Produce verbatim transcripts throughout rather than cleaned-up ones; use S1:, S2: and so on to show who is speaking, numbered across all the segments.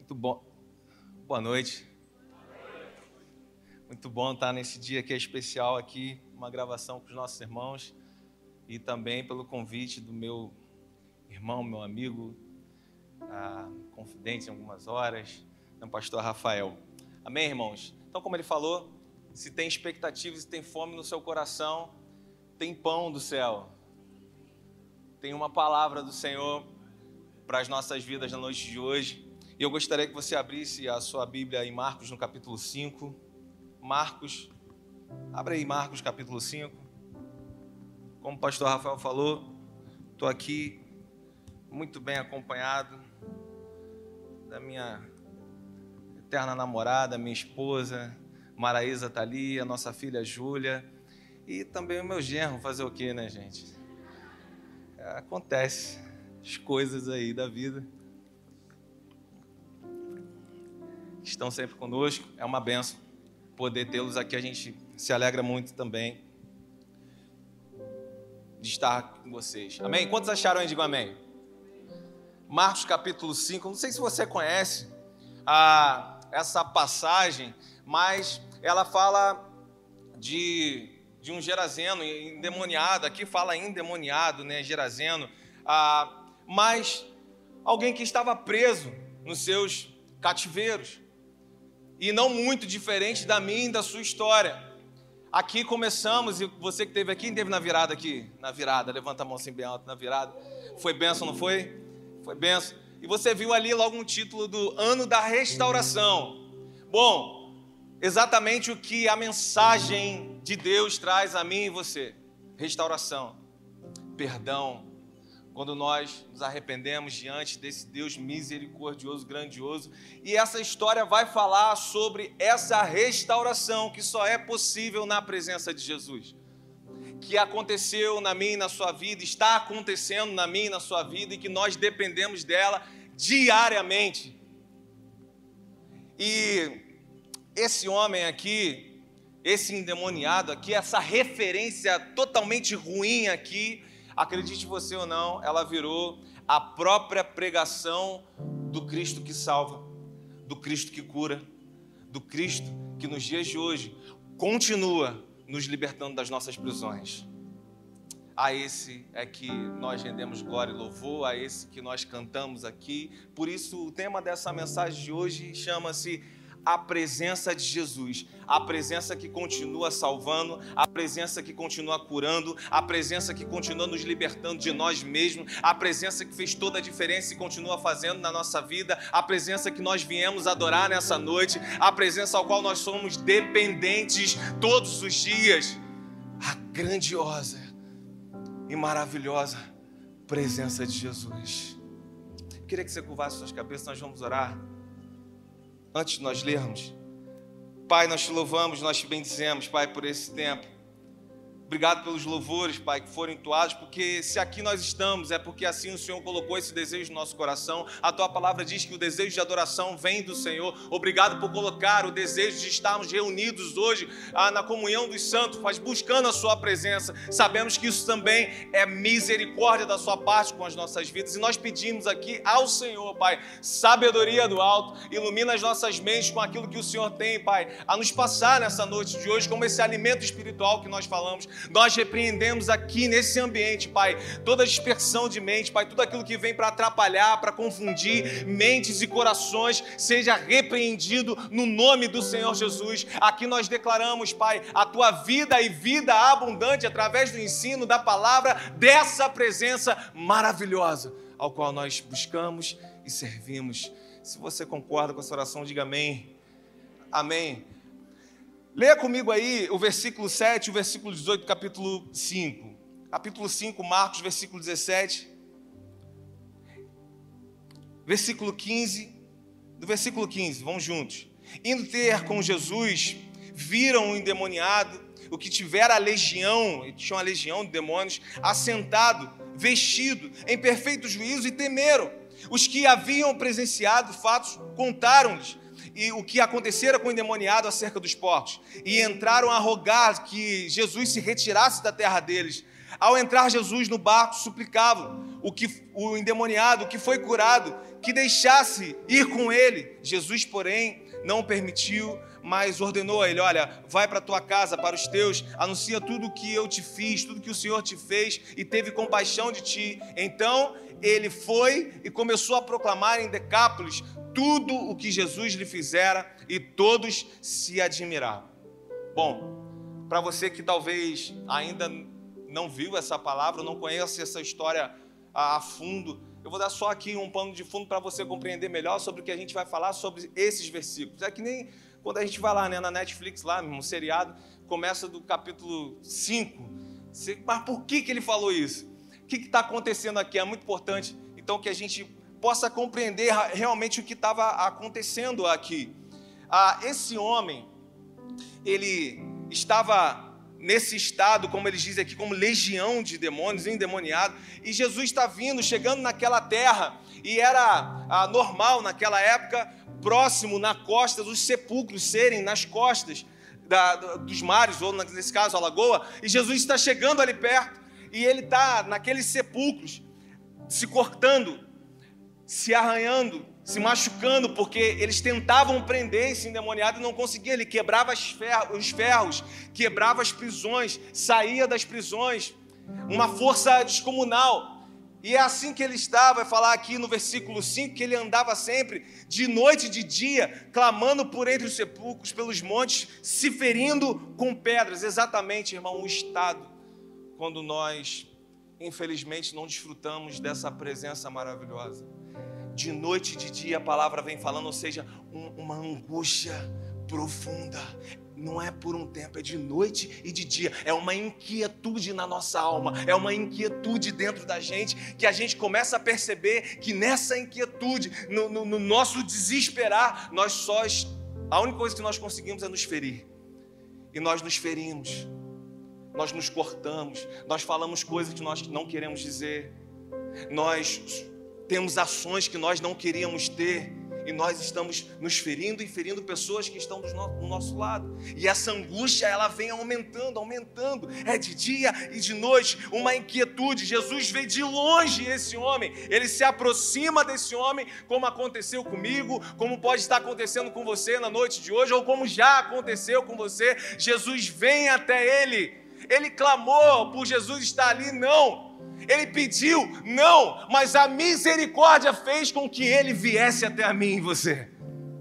S1: Muito bom. Boa noite. Muito bom estar nesse dia que é especial aqui, uma gravação com os nossos irmãos e também pelo convite do meu irmão, meu amigo, a confidente em algumas horas, o pastor Rafael. Amém, irmãos? Então, como ele falou, se tem expectativas, se tem fome no seu coração, tem pão do céu. Tem uma palavra do Senhor para as nossas vidas na noite de hoje. E eu gostaria que você abrisse a sua Bíblia em Marcos, no capítulo cinco. Marcos, abre aí Marcos, capítulo cinco. Como o pastor Rafael falou, estou aqui muito bem acompanhado da minha eterna namorada, minha esposa, Maraísa está ali, a nossa filha Júlia, e também o meu genro. Fazer o quê, né, gente? É, acontece as coisas aí da vida. Estão sempre conosco, é uma bênção poder tê-los aqui. A gente se alegra muito também de estar com vocês. Amém? Quantos acharam aí? Digam amém. Marcos capítulo cinco, não sei se você conhece a, essa passagem, mas ela fala de, de um Gerazeno endemoniado. Aqui fala endemoniado, né? Gerazeno, ah, mas alguém que estava preso nos seus cativeiros. E não muito diferente da minha e da sua história. Aqui começamos, e você que esteve aqui, quem esteve na virada aqui? Na virada, levanta a mão assim bem alto, na virada. Foi bênção, não foi? Foi bênção. E você viu ali logo um título do Ano da Restauração. Bom, exatamente o que a mensagem de Deus traz a mim e você. Restauração, perdão. Quando nós nos arrependemos diante desse Deus misericordioso, grandioso. E essa história vai falar sobre essa restauração que só é possível na presença de Jesus. Que aconteceu na minha e na sua vida, está acontecendo na minha e na sua vida, e que nós dependemos dela diariamente. E esse homem aqui, esse endemoniado aqui, essa referência totalmente ruim aqui, acredite você ou não, ela virou a própria pregação do Cristo que salva, do Cristo que cura, do Cristo que nos dias de hoje continua nos libertando das nossas prisões. A esse é que nós rendemos glória e louvor, a esse que nós cantamos aqui. Por isso o tema dessa mensagem de hoje chama-se a presença de Jesus, a presença que continua salvando, a presença que continua curando, a presença que continua nos libertando de nós mesmos, a presença que fez toda a diferença e continua fazendo na nossa vida, a presença que nós viemos adorar nessa noite, a presença ao qual nós somos dependentes todos os dias, a grandiosa e maravilhosa presença de Jesus. Eu queria que você curvasse suas cabeças, nós vamos orar. Antes de nós lermos, Pai, nós te louvamos, nós te bendizemos, Pai, por esse tempo. Obrigado pelos louvores, Pai, que foram entoados, porque se aqui nós estamos, é porque assim o Senhor colocou esse desejo no nosso coração. A Tua palavra diz que o desejo de adoração vem do Senhor. Obrigado por colocar o desejo de estarmos reunidos hoje ah, na comunhão dos santos, mas buscando a Sua presença. Sabemos que isso também é misericórdia da Sua parte com as nossas vidas. E nós pedimos aqui ao Senhor, Pai, sabedoria do alto, ilumina as nossas mentes com aquilo que o Senhor tem, Pai, a nos passar nessa noite de hoje, como esse alimento espiritual que nós falamos. Nós repreendemos aqui nesse ambiente, Pai, toda dispersão de mente, Pai, tudo aquilo que vem para atrapalhar, para confundir mentes e corações, seja repreendido no nome do Senhor Jesus. Aqui nós declaramos, Pai, a Tua vida e vida abundante através do ensino da palavra, dessa presença maravilhosa, ao qual nós buscamos e servimos. Se você concorda com essa oração, diga amém. Amém. Leia comigo aí o versículo sete e o versículo dezoito do capítulo cinco. Capítulo cinco, Marcos, versículo dezessete. Versículo quinze. Do versículo quinze, vamos juntos. Indo ter com Jesus, viram o endemoniado, o que tivera a legião, ele tinha uma legião de demônios, assentado, vestido, em perfeito juízo, e temeram. Os que haviam presenciado fatos contaram-lhes e o que acontecera com o endemoniado acerca dos porcos, e entraram a rogar que Jesus se retirasse da terra deles. Ao entrar Jesus no barco, suplicavam o, que, o endemoniado, que foi curado, que deixasse ir com ele. Jesus, porém, não permitiu, mas ordenou a ele: olha, vai para a tua casa, para os teus, anuncia tudo o que eu te fiz, tudo que o Senhor te fez, e teve compaixão de ti. Então ele foi e começou a proclamar em Decápolis tudo o que Jesus lhe fizera, e todos se admiravam. Bom, para você que talvez ainda não viu essa palavra, não conhece essa história a fundo, eu vou dar só aqui um pano de fundo para você compreender melhor sobre o que a gente vai falar sobre esses versículos. É que nem quando a gente vai lá, né, na Netflix, lá no seriado, começa do capítulo cinco. Você, mas por que, que ele falou isso? O que está acontecendo aqui? É muito importante, então, que a gente possa compreender realmente o que estava acontecendo aqui. Ah, esse homem, ele estava nesse estado, como eles dizem aqui, como legião de demônios, endemoniado, e Jesus está vindo, chegando naquela terra, e era ah, normal naquela época, próximo na costa, os sepulcros serem nas costas da, dos mares, ou nesse caso a lagoa, e Jesus está chegando ali perto, e ele está naqueles sepulcros, se cortando, se arranhando, se machucando, porque eles tentavam prender esse endemoniado e não conseguiam. Ele quebrava os ferros, quebrava as prisões, saía das prisões, uma força descomunal. E é assim que ele estava, vai falar aqui no versículo cinco, que ele andava sempre, de noite e de dia, clamando por entre os sepulcros, pelos montes, se ferindo com pedras. Exatamente, irmão, o estado, quando nós, infelizmente, não desfrutamos dessa presença maravilhosa. De noite e de dia a palavra vem falando, ou seja, um, uma angústia profunda. Não é por um tempo, é de noite e de dia. É uma inquietude na nossa alma, é uma inquietude dentro da gente, que a gente começa a perceber que nessa inquietude, no, no, no nosso desesperar, nós só, a única coisa que nós conseguimos é nos ferir. E nós nos ferimos, nós nos cortamos, nós falamos coisas que nós não queremos dizer, nós temos ações que nós não queríamos ter, e nós estamos nos ferindo e ferindo pessoas que estão do nosso lado. E essa angústia, ela vem aumentando, aumentando. É de dia e de noite, uma inquietude. Jesus vê de longe esse homem, ele se aproxima desse homem, como aconteceu comigo, como pode estar acontecendo com você na noite de hoje, ou como já aconteceu com você. Jesus vem até ele, ele clamou por Jesus estar ali? Não. Ele pediu? Não, mas a misericórdia fez com que ele viesse até a mim e você.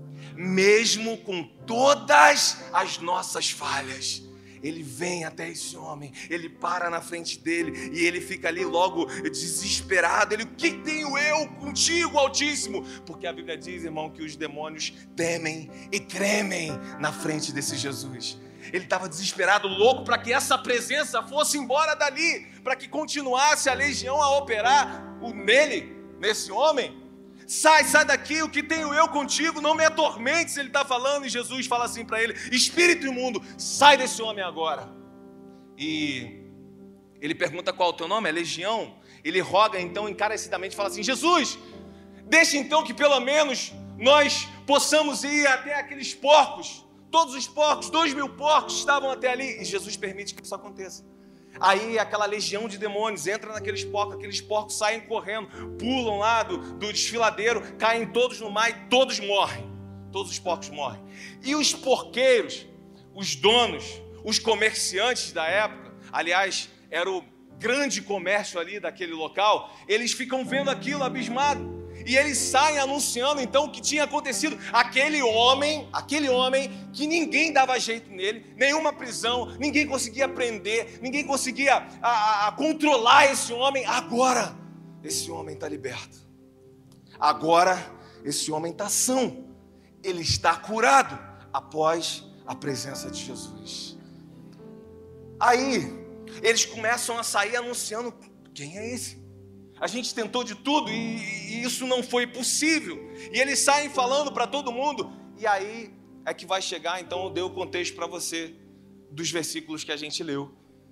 S1: Mesmo com todas as nossas falhas, ele vem até esse homem, ele para na frente dele e ele fica ali logo desesperado. Ele: o que tenho eu contigo, Altíssimo? Porque a Bíblia diz, irmão, que os demônios temem e tremem na frente desse Jesus. Ele estava desesperado, louco para que essa presença fosse embora dali, para que continuasse a legião a operar nele, nesse homem. Sai, sai daqui, o que tenho eu contigo? Não me atormentes, ele está falando. E Jesus fala assim para ele: espírito imundo, sai desse homem agora. E ele pergunta: qual é o teu nome? É legião. Ele roga então encarecidamente, fala assim: Jesus, deixa então que pelo menos nós possamos ir até aqueles porcos. Todos os porcos, dois mil porcos estavam até ali. E Jesus permite que isso aconteça. Aí aquela legião de demônios entra naqueles porcos, aqueles porcos saem correndo, pulam lá do, do desfiladeiro, caem todos no mar e todos morrem. Todos os porcos morrem. E os porqueiros, os donos, os comerciantes da época, aliás, era o grande comércio ali daquele local, eles ficam vendo aquilo abismado. E eles saem anunciando então o que tinha acontecido. Aquele homem, aquele homem que ninguém dava jeito nele, nenhuma prisão, ninguém conseguia prender, ninguém conseguia a, a, a controlar esse homem. Agora, esse homem está liberto. Agora, esse homem está são. Ele está curado após a presença de Jesus. Aí, eles começam a sair anunciando: quem é esse? A gente tentou de tudo e isso não foi possível. E eles saem falando para todo mundo. E aí é que vai chegar, então eu dei o contexto para você dos versículos que a gente leu.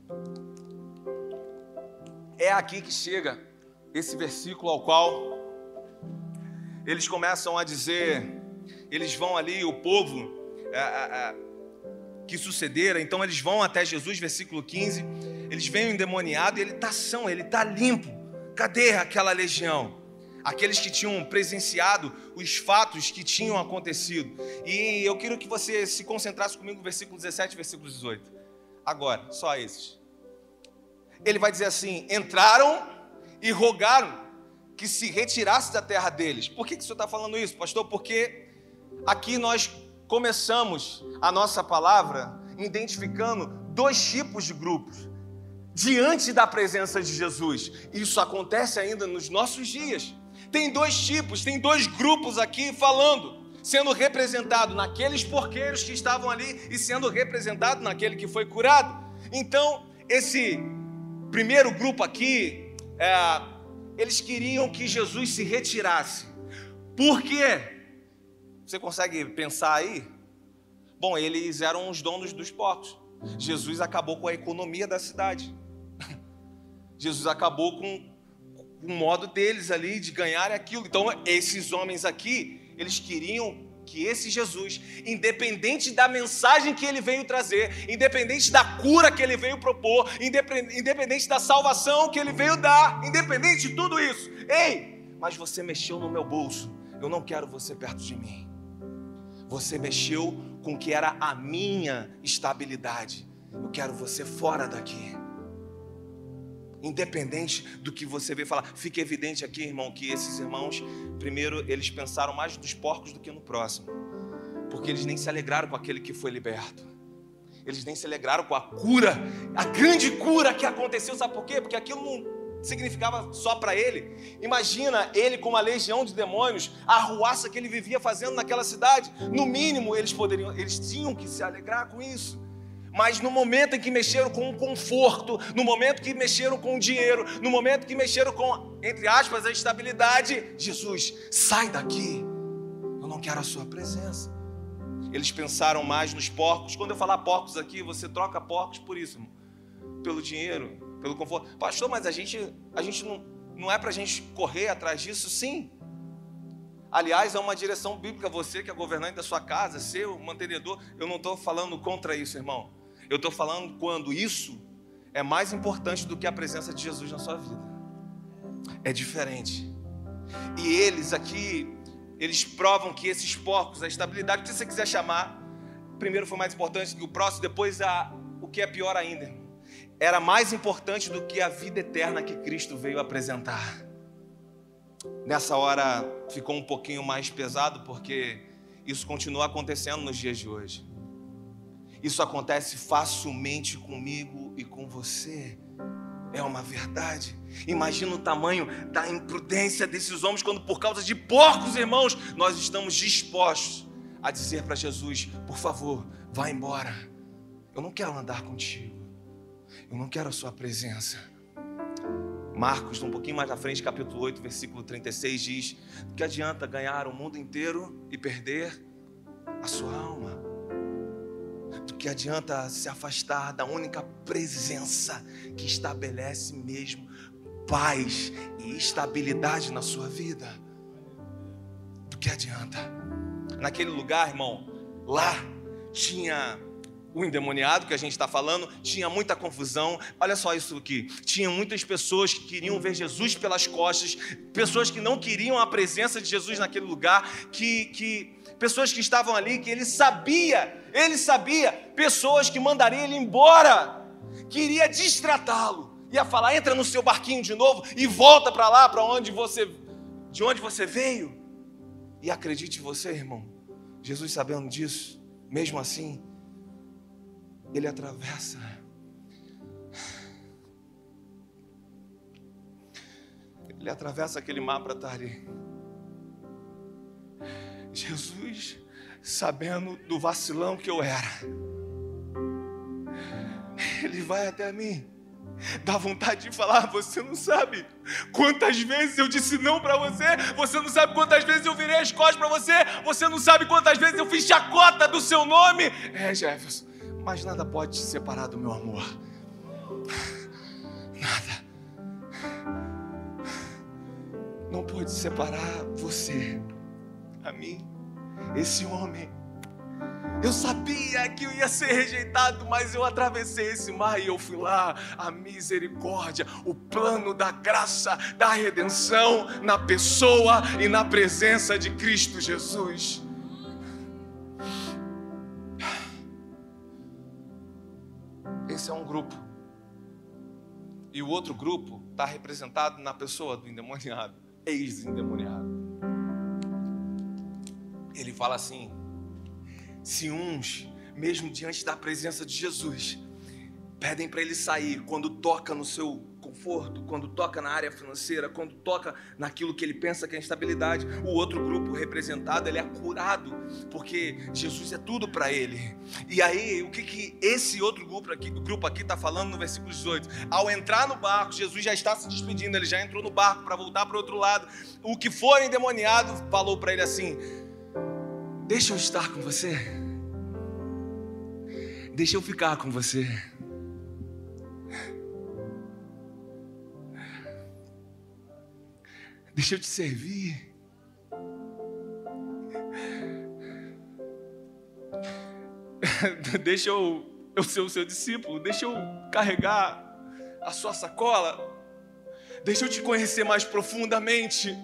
S1: É aqui que chega esse versículo ao qual eles começam a dizer, eles vão ali, o povo é, é, que sucedera, então eles vão até Jesus, versículo quinze, eles veem o endemoniado e ele está são, ele está limpo. Cadê aquela legião? aqueles que tinham presenciado os fatos que tinham acontecido. E eu quero que você se concentrasse comigo no versículo dezessete e versículo dezoito. Agora, só esses. Ele vai dizer assim: entraram e rogaram que se retirasse da terra deles. Por que que o senhor está falando isso, pastor? Porque aqui nós começamos a nossa palavra identificando dois tipos de grupos diante da presença de Jesus. Isso acontece ainda nos nossos dias. Tem dois tipos, tem dois grupos aqui falando, sendo representado naqueles porqueiros que estavam ali e sendo representado naquele que foi curado. Então, esse primeiro grupo aqui, é, eles queriam que Jesus se retirasse. Por quê? Você consegue pensar aí? Bom, eles eram os donos dos porcos. Jesus acabou com a economia da cidade. Jesus acabou com o modo deles ali de ganhar aquilo. Então, esses homens aqui, eles queriam que esse Jesus, independente da mensagem que ele veio trazer, independente da cura que ele veio propor, independente da salvação que ele veio dar, independente de tudo isso, ei, mas você mexeu no meu bolso, eu não quero você perto de mim. Você mexeu com o que era a minha estabilidade, eu quero você fora daqui. Independente do que você veio falar. Fica evidente aqui, irmão, que esses irmãos, primeiro, eles pensaram mais dos porcos do que no próximo, porque eles nem se alegraram com aquele que foi liberto. Eles nem se alegraram com a cura, a grande cura que aconteceu. Sabe por quê? Porque aquilo não significava só para ele. Imagina ele com uma legião de demônios, a arruaça que ele vivia fazendo naquela cidade. No mínimo, eles poderiam, eles tinham que se alegrar com isso. Mas no momento em que mexeram com o conforto, no momento que mexeram com o dinheiro, no momento que mexeram com, entre aspas, a estabilidade, Jesus, sai daqui, eu não quero a sua presença. Eles pensaram mais nos porcos. Quando eu falar porcos aqui, você troca porcos por isso, irmão. Pelo dinheiro, pelo conforto. Pastor, mas a gente, a gente não, não é para a gente correr atrás disso? Sim. Aliás, é uma direção bíblica. Você que é governante da sua casa, seu mantenedor, eu não estou falando contra isso, irmão. Eu estou falando quando isso é mais importante do que a presença de Jesus na sua vida. É diferente. E eles aqui, eles provam que esses porcos, a estabilidade, o que você quiser chamar, primeiro foi mais importante do que o próximo, depois a, o que é pior ainda, era mais importante do que a vida eterna que Cristo veio apresentar. Nessa hora ficou um pouquinho mais pesado, porque isso continua acontecendo nos dias de hoje. Isso acontece facilmente comigo e com você. É uma verdade. Imagina o tamanho da imprudência desses homens quando, por causa de porcos, irmãos, nós estamos dispostos a dizer para Jesus: por favor, vá embora. Eu não quero andar contigo. Eu não quero a sua presença. Marcos, um pouquinho mais na frente, capítulo oito, versículo trinta e seis, diz: que adianta ganhar o mundo inteiro e perder a sua alma? Do que adianta se afastar da única presença que estabelece mesmo paz e estabilidade na sua vida? Do que adianta? Naquele lugar, irmão, lá tinha o endemoniado que a gente está falando, tinha muita confusão. Olha só isso aqui, tinha muitas pessoas que queriam ver Jesus pelas costas, pessoas que não queriam a presença de Jesus naquele lugar, que, que pessoas que estavam ali, que ele sabia, ele sabia, pessoas que mandariam ele embora, queria destratá-lo, ia falar: entra no seu barquinho de novo e volta para lá, para onde você, de onde você veio. E acredite você, irmão, Jesus, sabendo disso, mesmo assim, ele atravessa. Ele atravessa aquele mar para estar ali. Jesus, sabendo do vacilão que eu era, ele vai até mim. Dá vontade de falar: você não sabe quantas vezes eu disse não para você, você não sabe quantas vezes eu virei as costas para você, você não sabe quantas vezes eu fiz chacota do seu nome. É, Jefferson, mas nada pode te separar do meu amor. Nada. Não pode separar você a mim. Esse homem Eu sabia que eu ia ser rejeitado, mas eu atravessei esse mar e eu fui lá. A misericórdia, o plano da graça, da redenção na pessoa e na presença de Cristo Jesus. Esse é um grupo. E o outro grupo está representado na pessoa do endemoniado, ex-endemoniado. Ele fala assim: se uns, mesmo diante da presença de Jesus, pedem para ele sair quando toca no seu conforto, quando toca na área financeira, quando toca naquilo que ele pensa que é instabilidade, o outro grupo representado, ele é curado, porque Jesus é tudo para ele. E aí, o que, que esse outro grupo aqui grupo aqui está falando no versículo dezoito? Ao entrar no barco, Jesus já está se despedindo, ele já entrou no barco para voltar para o outro lado. O que for endemoniado falou para ele assim: deixa eu estar com você, deixa eu ficar com você. Deixa eu te servir. Deixa eu, eu ser o seu discípulo. Deixa eu carregar a sua sacola. Deixa eu te conhecer mais profundamente.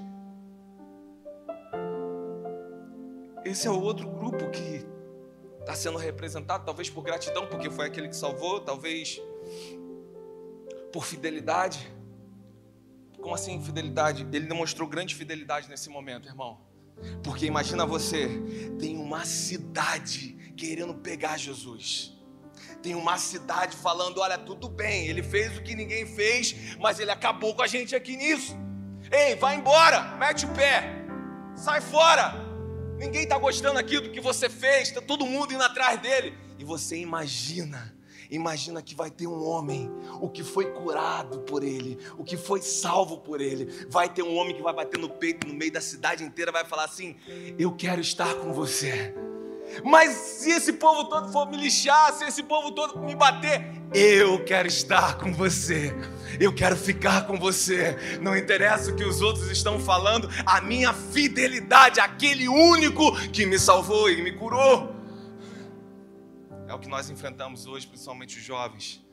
S1: Esse é o outro grupo que está sendo representado, talvez por gratidão, porque foi aquele que salvou, talvez por fidelidade. Como assim fidelidade? Ele demonstrou grande fidelidade nesse momento, irmão. Porque imagina você, tem uma cidade querendo pegar Jesus. Tem uma cidade falando: olha, tudo bem, ele fez o que ninguém fez, mas ele acabou com a gente aqui nisso. Ei, vai embora, mete o pé, sai fora. Ninguém está gostando aqui do que você fez, está todo mundo indo atrás dele. E você imagina... Imagina que vai ter um homem, o que foi curado por ele, o que foi salvo por ele. Vai ter um homem que vai bater no peito no meio da cidade inteira, vai falar assim: eu quero estar com você. Mas se esse povo todo for me lixar, se esse povo todo me bater, eu quero estar com você. Eu quero ficar com você. Não interessa o que os outros estão falando, a minha fidelidade àquele único que me salvou e me curou. É o que nós enfrentamos hoje, principalmente os jovens,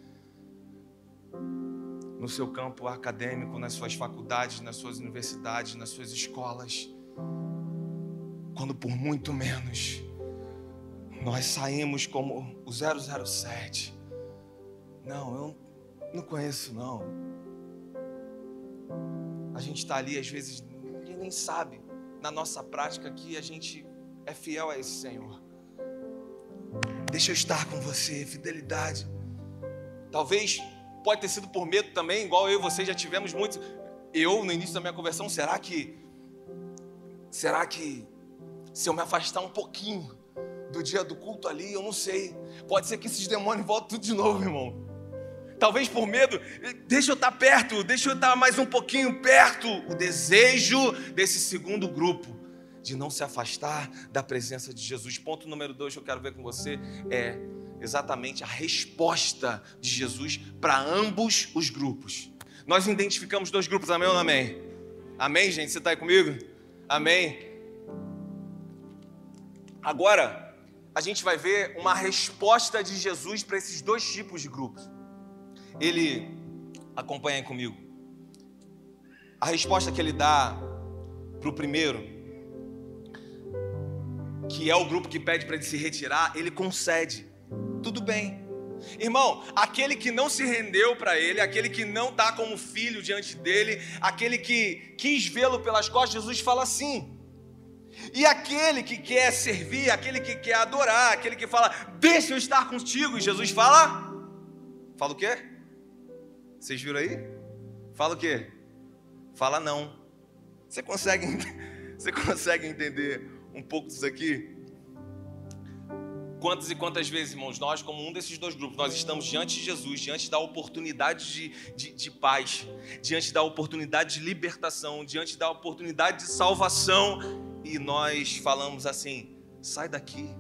S1: no seu campo acadêmico, nas suas faculdades, nas suas universidades, nas suas escolas. Quando por muito menos nós saímos como o zero zero sete. Não, eu não conheço não. A gente está ali, às vezes, ninguém nem sabe, na nossa prática, que a gente é fiel a esse Senhor. Deixa eu estar com você, fidelidade. Talvez pode ter sido por medo também, igual eu e você já tivemos muitos. Eu, no início da minha conversão, será que será que se eu me afastar um pouquinho do dia do culto ali, eu não sei, pode ser que esses demônios voltem tudo de novo, irmão. Talvez por medo, deixa eu estar perto, deixa eu estar mais um pouquinho perto. O desejo desse segundo grupo de não se afastar da presença de Jesus. Ponto número dois que eu quero ver com você é exatamente a resposta de Jesus para ambos os grupos. Nós identificamos dois grupos, amém ou não amém? Amém, gente? Você está aí comigo? Amém? Agora, a gente vai ver uma resposta de Jesus para esses dois tipos de grupos. Ele, acompanha comigo, a resposta que ele dá para o primeiro, que é o grupo que pede para ele se retirar, ele concede. Tudo bem. Irmão, aquele que não se rendeu para ele, aquele que não está como filho diante dele, aquele que quis vê-lo pelas costas, Jesus fala assim. E aquele que quer servir, aquele que quer adorar, aquele que fala: deixa eu estar contigo, e Jesus fala, fala o quê? Vocês viram aí? Fala o quê? Fala não. Você consegue, você consegue entender um pouco disso aqui? Quantas e quantas vezes, irmãos, nós, como um desses dois grupos, nós estamos diante de Jesus, diante da oportunidade de, de, de paz, diante da oportunidade de libertação, diante da oportunidade de salvação, e nós falamos assim: sai daqui,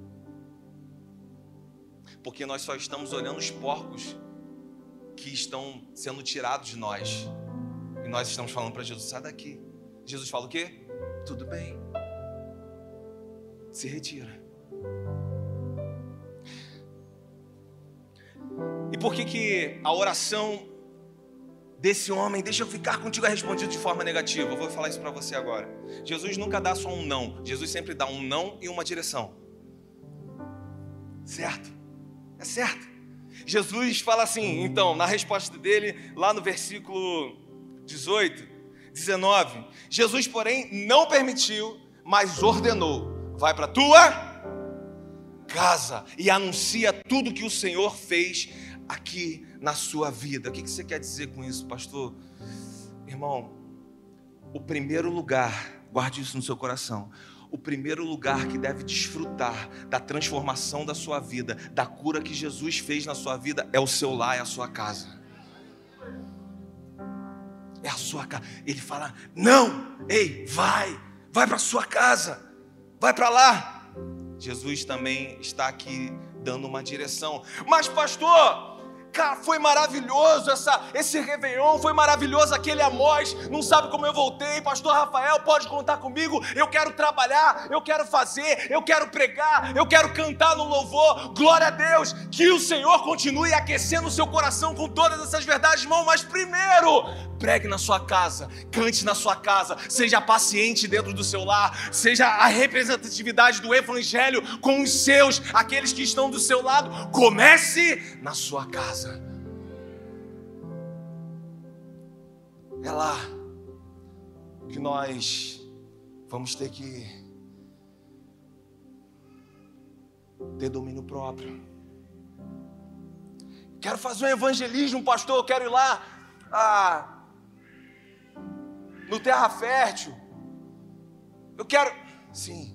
S1: porque nós só estamos olhando os porcos que estão sendo tirados de nós, e nós estamos falando para Jesus: sai daqui. Jesus fala o quê? Tudo bem, se retira. E por que que a oração desse homem, deixa eu ficar contigo, é respondida de forma negativa? Eu vou falar isso para você agora. Jesus nunca dá só um não. Jesus sempre dá um não e uma direção. Certo? É certo. Jesus fala assim, então, na resposta dele, lá no versículo dezoito, dezenove. Jesus, porém, não permitiu, mas ordenou: vai para a tua casa e anuncia tudo que o Senhor fez aqui na sua vida. O que você quer dizer com isso, pastor? Irmão, o primeiro lugar, guarde isso no seu coração, o primeiro lugar que deve desfrutar da transformação da sua vida, da cura que Jesus fez na sua vida, é o seu lar, é a sua casa. É a sua casa. Ele fala: não, ei, vai, vai para a sua casa, vai para lá. Jesus também está aqui dando uma direção. Mas pastor, cara, foi maravilhoso essa, esse Réveillon, foi maravilhoso aquele Amós, não sabe como eu voltei. Pastor Rafael, pode contar comigo, eu quero trabalhar, eu quero fazer, eu quero pregar, eu quero cantar no louvor. Glória a Deus, que o Senhor continue aquecendo o seu coração com todas essas verdades, irmão. Mas primeiro, pregue na sua casa, cante na sua casa, seja paciente dentro do seu lar, seja a representatividade do Evangelho com os seus, aqueles que estão do seu lado. Comece na sua casa. É lá que nós vamos ter que ter domínio próprio. Quero fazer um evangelismo, pastor, eu quero ir lá ah, no Terra Fértil. Eu quero... Sim.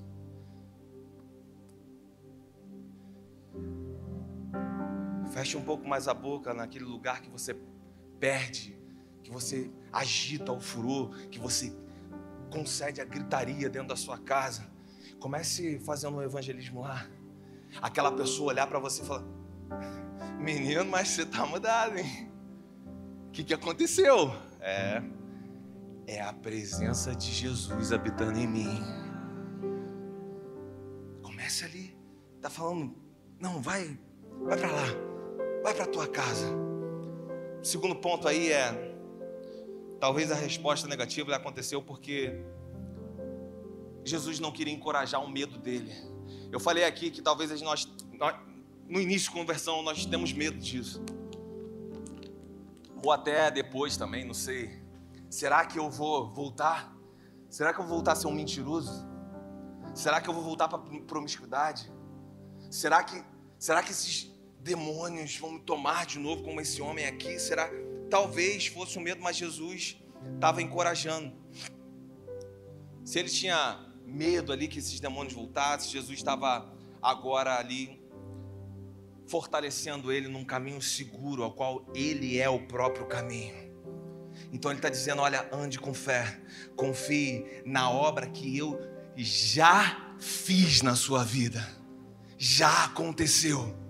S1: Feche um pouco mais a boca naquele lugar que você perde, que você agita o furor, que você concede a gritaria dentro da sua casa. Comece fazendo um evangelismo lá. Aquela pessoa olhar para você e falar: menino, mas você tá mudado, hein? O que que aconteceu? É, é a presença de Jesus habitando em mim. Comece ali. Tá falando, não, vai, vai para lá. Vai para a tua casa. O segundo ponto aí é, talvez a resposta negativa aconteceu porque Jesus não queria encorajar o medo dele. Eu falei aqui que talvez nós, nós no início da conversão, nós temos medo disso. Ou até depois também, não sei. Será que eu vou voltar? Será que eu vou voltar a ser um mentiroso? Será que eu vou voltar para a promiscuidade? Será que, será que esses demônios vão me tomar de novo como esse homem aqui? Será? Talvez fosse um medo, mas Jesus estava encorajando. Se ele tinha medo ali que esses demônios voltassem, Jesus estava agora ali fortalecendo ele num caminho seguro, ao qual ele é o próprio caminho. Então ele está dizendo: olha, ande com fé, confie na obra que eu já fiz na sua vida, já aconteceu.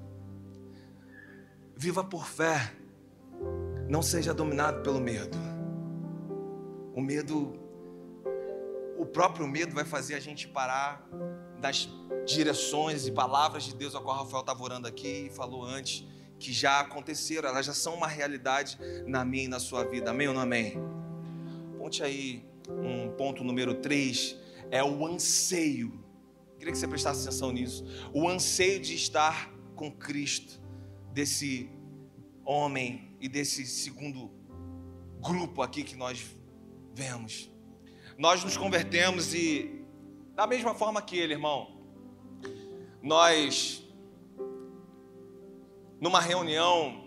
S1: Viva por fé, não seja dominado pelo medo. O medo, o próprio medo vai fazer a gente parar das direções e palavras de Deus, a qual o Rafael estava orando aqui e falou antes, que já aconteceram, elas já são uma realidade na minha e na sua vida. Amém ou não amém? Ponte aí um ponto número três, é o anseio. Queria que você prestasse atenção nisso. O anseio de estar com Cristo, desse homem e desse segundo grupo aqui que nós vemos. Nós nos convertemos e, da mesma forma que ele, irmão, nós, numa reunião,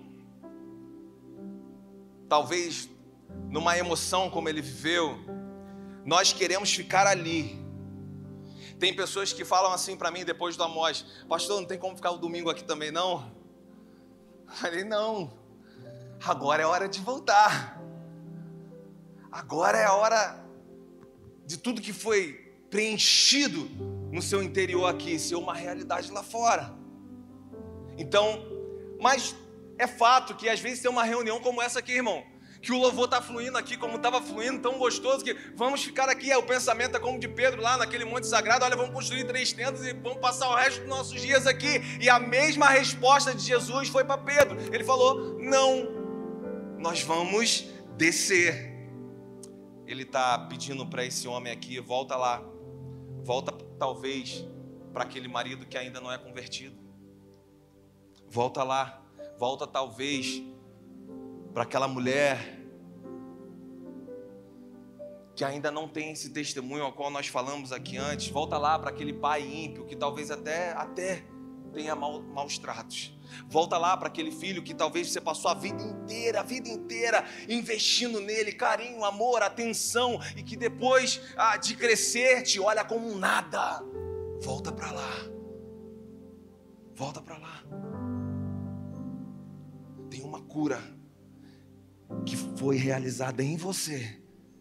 S1: talvez numa emoção como ele viveu, nós queremos ficar ali. Tem pessoas que falam assim para mim depois do Amós: pastor, não tem como ficar o domingo aqui também não? Falei: não, agora é hora de voltar. Agora é a hora de tudo que foi preenchido no seu interior aqui ser uma realidade lá fora. Então, mas é fato que às vezes tem uma reunião como essa aqui, irmão, que o louvor está fluindo aqui como estava fluindo, tão gostoso, que vamos ficar aqui. O pensamento é como de Pedro lá naquele monte sagrado: olha, vamos construir três tendas e vamos passar o resto dos nossos dias aqui. E a mesma resposta de Jesus foi para Pedro. Ele falou: não, nós vamos descer. Ele está pedindo para esse homem aqui: volta lá, volta talvez para aquele marido que ainda não é convertido, volta lá, volta talvez para aquela mulher que ainda não tem esse testemunho ao qual nós falamos aqui antes. Volta lá para aquele pai ímpio que talvez até, até tenha mal, maus tratos. Volta lá para aquele filho que talvez você passou a vida inteira, a vida inteira investindo nele, carinho, amor, atenção, e que depois ah, de crescer te olha como um nada. Volta para lá. Volta para lá. Tem uma cura que foi realizada em você,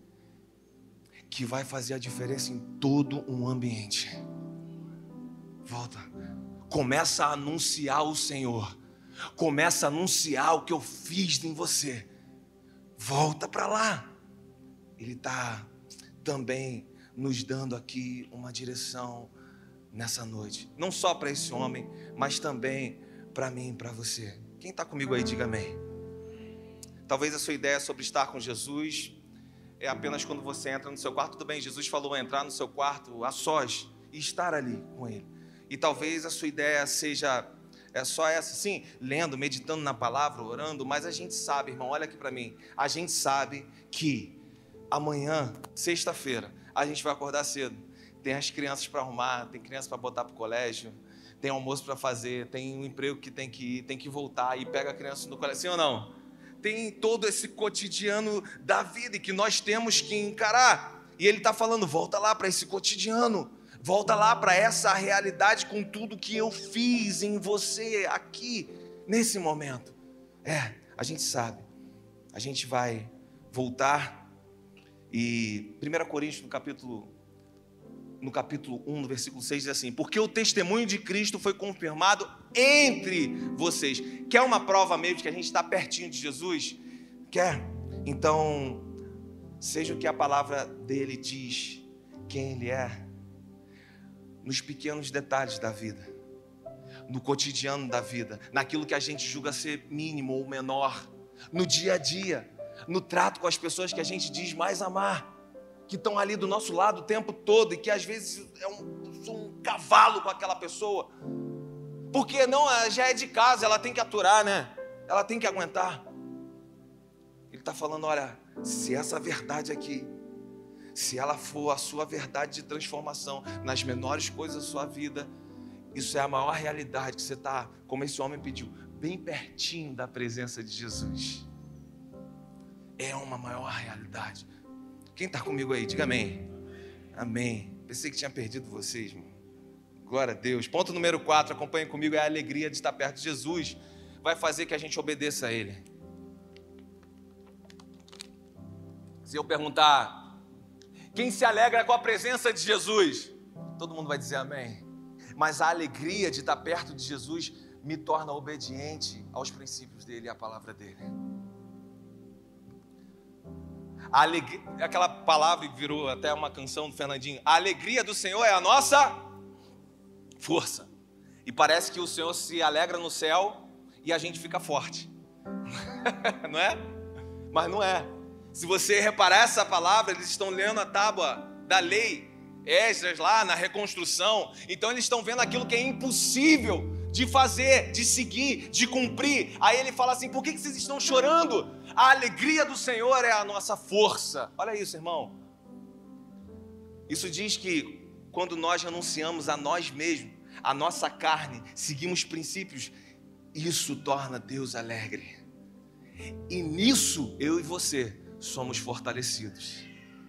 S1: que vai fazer a diferença em todo um ambiente. Volta. Começa a anunciar o Senhor. Começa a anunciar o que eu fiz em você. Volta para lá. Ele está também nos dando aqui uma direção nessa noite. Não só para esse homem, mas também para mim e para você. Quem está comigo aí, diga amém. Talvez a sua ideia sobre estar com Jesus é apenas quando você entra no seu quarto. Tudo bem, Jesus falou entrar no seu quarto a sós e estar ali com Ele. E talvez a sua ideia seja é só essa, sim, lendo, meditando na palavra, orando. Mas a gente sabe, irmão, olha aqui para mim. A gente sabe que amanhã, sexta-feira, a gente vai acordar cedo. Tem as crianças para arrumar, tem crianças para botar para o colégio, tem almoço para fazer, tem um emprego que tem que ir, tem que voltar e pega a criança no colégio, sim ou não? Tem todo esse cotidiano da vida e que nós temos que encarar. E ele está falando: volta lá para esse cotidiano, volta lá para essa realidade com tudo que eu fiz em você aqui, nesse momento. É, a gente sabe, a gente vai voltar. E primeira Coríntios, no capítulo, no capítulo um, no versículo seis, diz assim: porque o testemunho de Cristo foi confirmado entre vocês. Quer uma prova mesmo de que a gente está pertinho de Jesus? Quer? Então, seja o que a palavra dele diz, quem ele é, nos pequenos detalhes da vida, no cotidiano da vida, naquilo que a gente julga ser mínimo ou menor, no dia a dia, no trato com as pessoas que a gente diz mais amar, que estão ali do nosso lado o tempo todo e que às vezes é um, sou um cavalo com aquela pessoa, porque não, ela já é de casa, ela tem que aturar, né? Ela tem que aguentar. Ele está falando: olha, se essa verdade aqui, se ela for a sua verdade de transformação nas menores coisas da sua vida, isso é a maior realidade, que você está, como esse homem pediu, bem pertinho da presença de Jesus. É uma maior realidade. Quem está comigo aí? Diga amém. Amém. Pensei que tinha perdido vocês, irmão. Glória a Deus. Ponto número quatro, acompanhe comigo, é a alegria de estar perto de Jesus. Vai fazer que a gente obedeça a Ele. Se eu perguntar: quem se alegra com a presença de Jesus? Todo mundo vai dizer amém. Mas a alegria de estar perto de Jesus me torna obediente aos princípios dele e à palavra dele. A alegria, aquela palavra que virou até uma canção do Fernandinho: a alegria do Senhor é a nossa força. E parece que o Senhor se alegra no céu e a gente fica forte. Não é? Mas não é. Se você reparar essa palavra, eles estão lendo a tábua da lei, Esdras lá na reconstrução. Então eles estão vendo aquilo que é impossível de fazer, de seguir, de cumprir. Aí ele fala assim: por que vocês estão chorando? A alegria do Senhor é a nossa força. Olha isso, irmão. Isso diz que quando nós renunciamos a nós mesmos, a nossa carne, seguimos princípios, isso torna Deus alegre. E nisso, eu e você somos fortalecidos.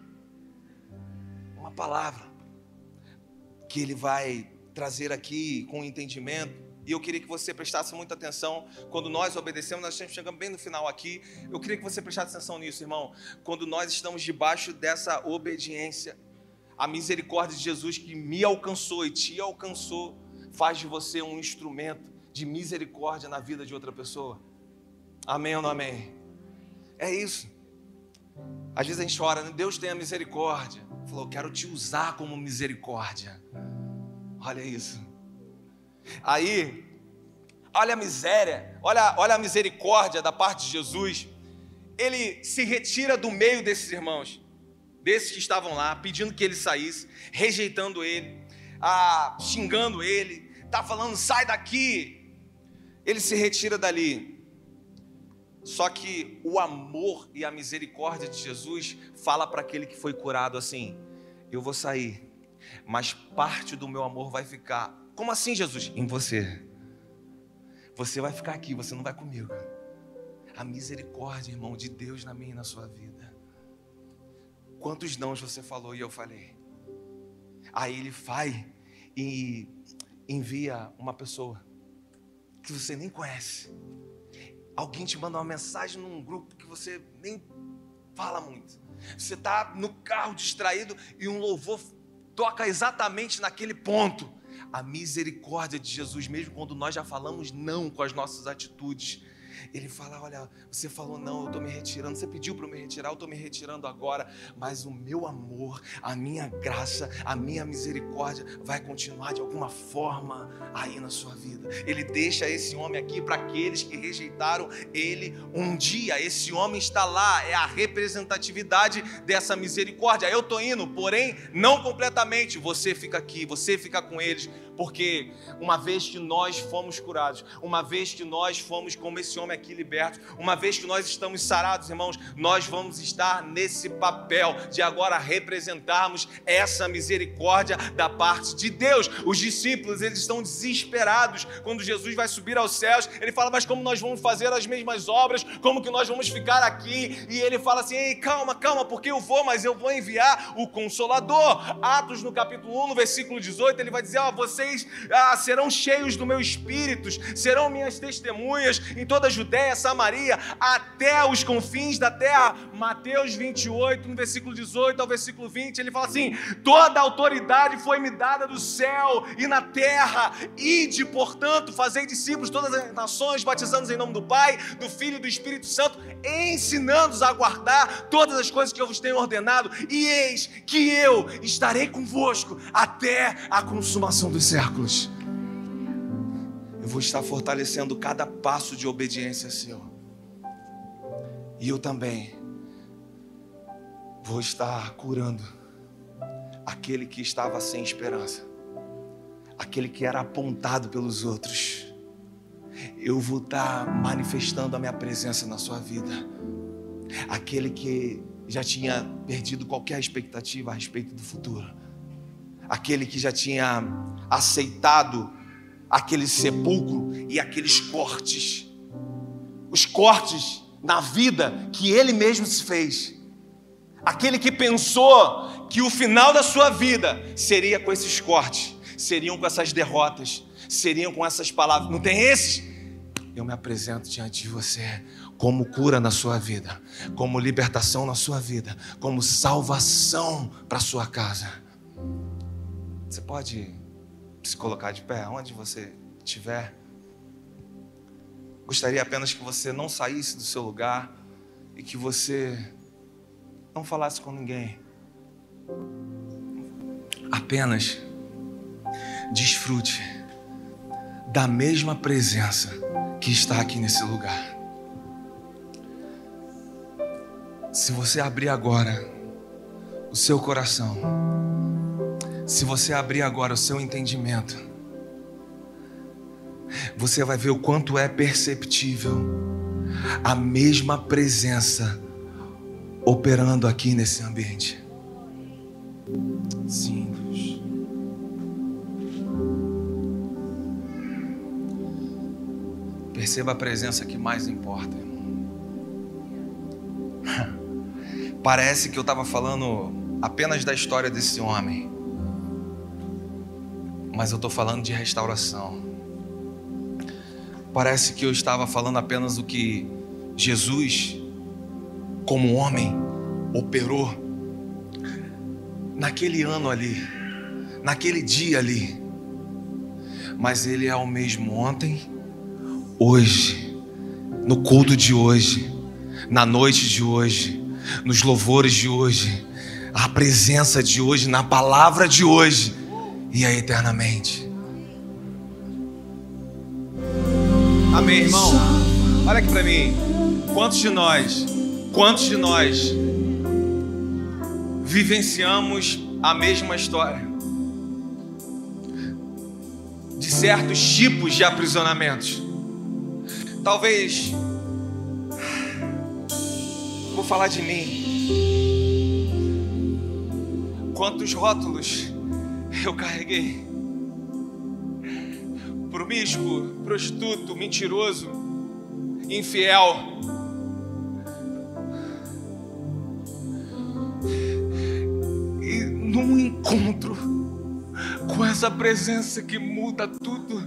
S1: Uma palavra que ele vai trazer aqui com entendimento. E eu queria que você prestasse muita atenção. Quando nós obedecemos, nós estamos chegando bem no final aqui. Eu queria que você prestasse atenção nisso, irmão. Quando nós estamos debaixo dessa obediência, a misericórdia de Jesus que me alcançou e te alcançou, faz de você um instrumento de misericórdia na vida de outra pessoa. Amém ou não amém? É isso. Às vezes a gente ora, Deus tenha misericórdia. Ele falou, eu quero te usar como misericórdia. Olha isso. Aí, olha a miséria, olha, olha a misericórdia da parte de Jesus. Ele se retira do meio desses irmãos, desses que estavam lá, pedindo que ele saísse, rejeitando ele, ah, xingando ele, tá falando, sai daqui. Ele se retira dali. Só que o amor e a misericórdia de Jesus fala para aquele que foi curado assim, eu vou sair, mas parte do meu amor vai ficar. Como assim, Jesus? Em você. Você vai ficar aqui, você não vai comigo. A misericórdia, irmão, de Deus na minha e na sua vida. Quantos nãos você falou e eu falei? Aí ele vai e envia uma pessoa que você nem conhece. Alguém te manda uma mensagem num grupo que você nem fala muito. Você está no carro distraído e um louvor toca exatamente naquele ponto. A misericórdia de Jesus, mesmo quando nós já falamos não com as nossas atitudes, ele fala, olha, você falou não, eu estou me retirando, você pediu para eu me retirar, eu estou me retirando agora, mas o meu amor, a minha graça, a minha misericórdia vai continuar de alguma forma aí na sua vida. Ele deixa esse homem aqui para aqueles que rejeitaram ele um dia. Esse homem está lá, é a representatividade dessa misericórdia. Eu estou indo, porém não completamente, você fica aqui, você fica com eles, porque uma vez que nós fomos curados, uma vez que nós fomos como esse homem aqui libertos, uma vez que nós estamos sarados, irmãos, nós vamos estar nesse papel de agora representarmos essa misericórdia da parte de Deus. Os discípulos, eles estão desesperados quando Jesus vai subir aos céus. Ele fala, mas como nós vamos fazer as mesmas obras? Como que nós vamos ficar aqui? E ele fala assim, ei, calma, calma, porque eu vou, mas eu vou enviar o Consolador. Atos no capítulo um, no versículo dezoito, ele vai dizer, ó, vocês ah, serão cheios do meu Espírito, serão minhas testemunhas em toda a Judéia, Samaria, até os confins da terra. Mateus vinte e oito, no versículo dezoito ao versículo vinte, ele fala assim, toda a autoridade foi me dada do céu e na terra, ide, portanto, fazei discípulos de todas as nações, batizando-os em nome do Pai, do Filho e do Espírito Santo, ensinando-os a guardar todas as coisas que eu vos tenho ordenado, e eis que eu estarei convosco até a consumação dos séculos. Eu vou estar fortalecendo cada passo de obediência seu. E eu também vou estar curando aquele que estava sem esperança, aquele que era apontado pelos outros. Eu vou estar manifestando a minha presença na sua vida. Aquele que já tinha perdido qualquer expectativa a respeito do futuro. Aquele que já tinha aceitado aquele sepulcro e aqueles cortes. Os cortes na vida que ele mesmo se fez. Aquele que pensou que o final da sua vida seria com esses cortes, seriam com essas derrotas, seriam com essas palavras. Não tem esses? Eu me apresento diante de você como cura na sua vida, como libertação na sua vida, como salvação para a sua casa. Você pode se colocar de pé, onde você estiver. Gostaria apenas que você não saísse do seu lugar e que você não falasse com ninguém. Apenas desfrute da mesma presença que está aqui nesse lugar. Se você abrir agora o seu coração, se você abrir agora o seu entendimento, você vai ver o quanto é perceptível a mesma presença operando aqui nesse ambiente. Sim, Deus. Perceba a presença que mais importa, irmão. Parece que eu estava falando apenas da história desse homem, mas eu estou falando de restauração. Parece que eu estava falando apenas do que Jesus, como homem, operou naquele ano ali, naquele dia ali. Mas Ele é o mesmo ontem, hoje, no culto de hoje, na noite de hoje, nos louvores de hoje, a presença de hoje, na palavra de hoje e aí eternamente. Amém, irmão? Olha aqui para mim. Quantos de nós, quantos de nós vivenciamos a mesma história de certos tipos de aprisionamentos? Talvez, vou falar de mim. Quantos rótulos eu carreguei? Promíscuo, prostituto, mentiroso, infiel. E num encontro com essa presença que muda tudo,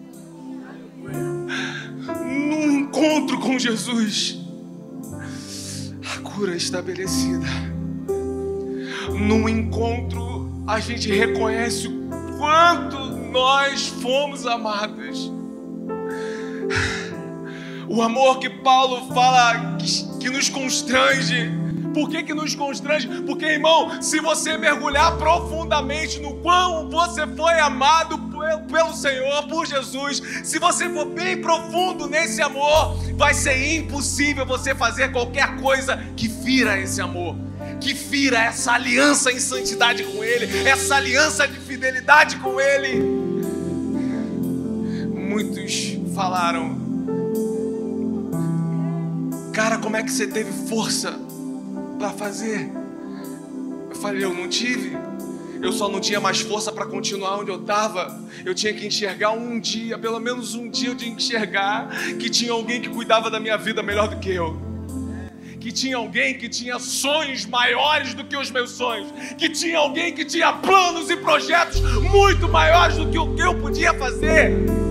S1: num encontro com Jesus, a cura é estabelecida. Num encontro a gente reconhece o quanto nós fomos amados. O amor que Paulo fala que, que nos constrange. Por que que nos constrange? Porque, irmão, se você mergulhar profundamente no quão você foi amado pelo Senhor, por Jesus, se você for bem profundo nesse amor, vai ser impossível você fazer qualquer coisa que fira esse amor, que fira essa aliança em santidade com Ele, essa aliança de fidelidade com Ele. Muitos falaram: cara, como é que você teve força para fazer? Eu falei: eu não tive. Eu só não tinha mais força para continuar onde eu estava. Eu tinha que enxergar um dia, pelo menos um dia eu tinha que enxergar que tinha alguém que cuidava da minha vida melhor do que eu, que tinha alguém que tinha sonhos maiores do que os meus sonhos, que tinha alguém que tinha planos e projetos muito maiores do que o que eu podia fazer.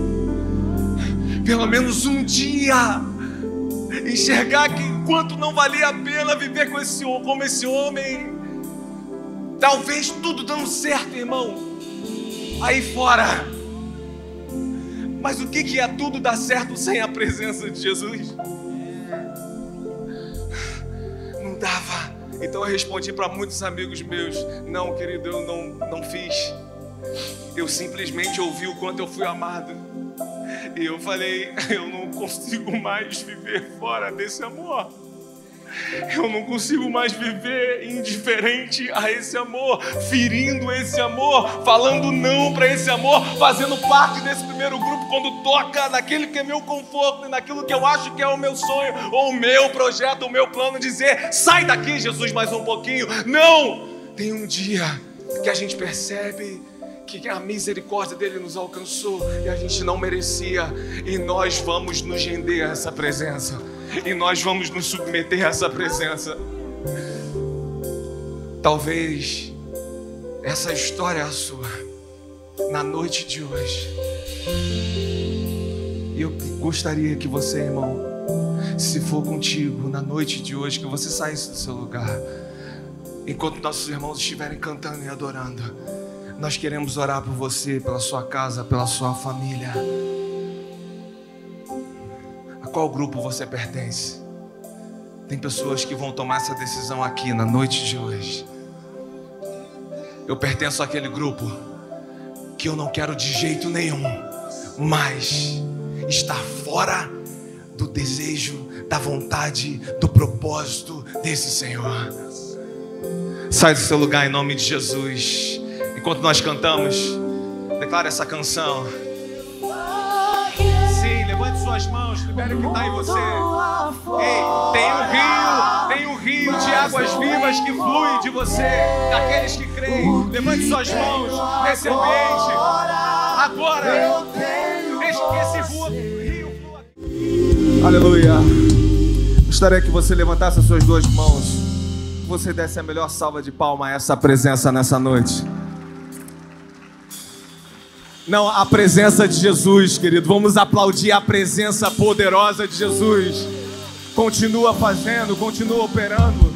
S1: Pelo menos um dia enxergar que enquanto não valia a pena viver com esse, como esse homem, talvez tudo dando certo, irmão, aí fora. Mas o que que é tudo dar certo sem a presença de Jesus? Não dava. Então eu respondi para muitos amigos meus: não, querido, eu não, não fiz. Eu simplesmente ouvi o quanto eu fui amado. E eu falei: eu não consigo mais viver fora desse amor. Eu não consigo mais viver indiferente a esse amor, ferindo esse amor, falando não para esse amor, fazendo parte desse primeiro grupo quando toca naquele que é meu conforto, naquilo que eu acho que é o meu sonho, ou o meu projeto, o meu plano, dizer: sai daqui, Jesus, mais um pouquinho. Não! Tem um dia que a gente percebe que a misericórdia dele nos alcançou e a gente não merecia, e nós vamos nos render a essa presença, e nós vamos nos submeter a essa presença. Talvez essa história é a sua na noite de hoje. E eu gostaria que você, irmão, se for contigo na noite de hoje, que você saísse do seu lugar, enquanto nossos irmãos estiverem cantando e adorando. Nós queremos orar por você, pela sua casa, pela sua família. A qual grupo você pertence? Tem pessoas que vão tomar essa decisão aqui na noite de hoje. Eu pertenço àquele grupo que eu não quero de jeito nenhum mais estar fora do desejo, da vontade, do propósito desse Senhor. Sai do seu lugar em nome de Jesus. Enquanto nós cantamos, declara essa canção. Sim, levante suas mãos, libere o que está em você. Ei, tem um rio, tem um rio de águas vivas que flui de você, daqueles que creem. Levante suas mãos nesse ambiente. Agora, deixe que esse rio flua. Aleluia. Gostaria que você levantasse as suas duas mãos, que você desse a melhor salva de palma a essa presença nessa noite. Não, a presença de Jesus, querido. Vamos aplaudir a presença poderosa de Jesus. Continua fazendo, continua operando.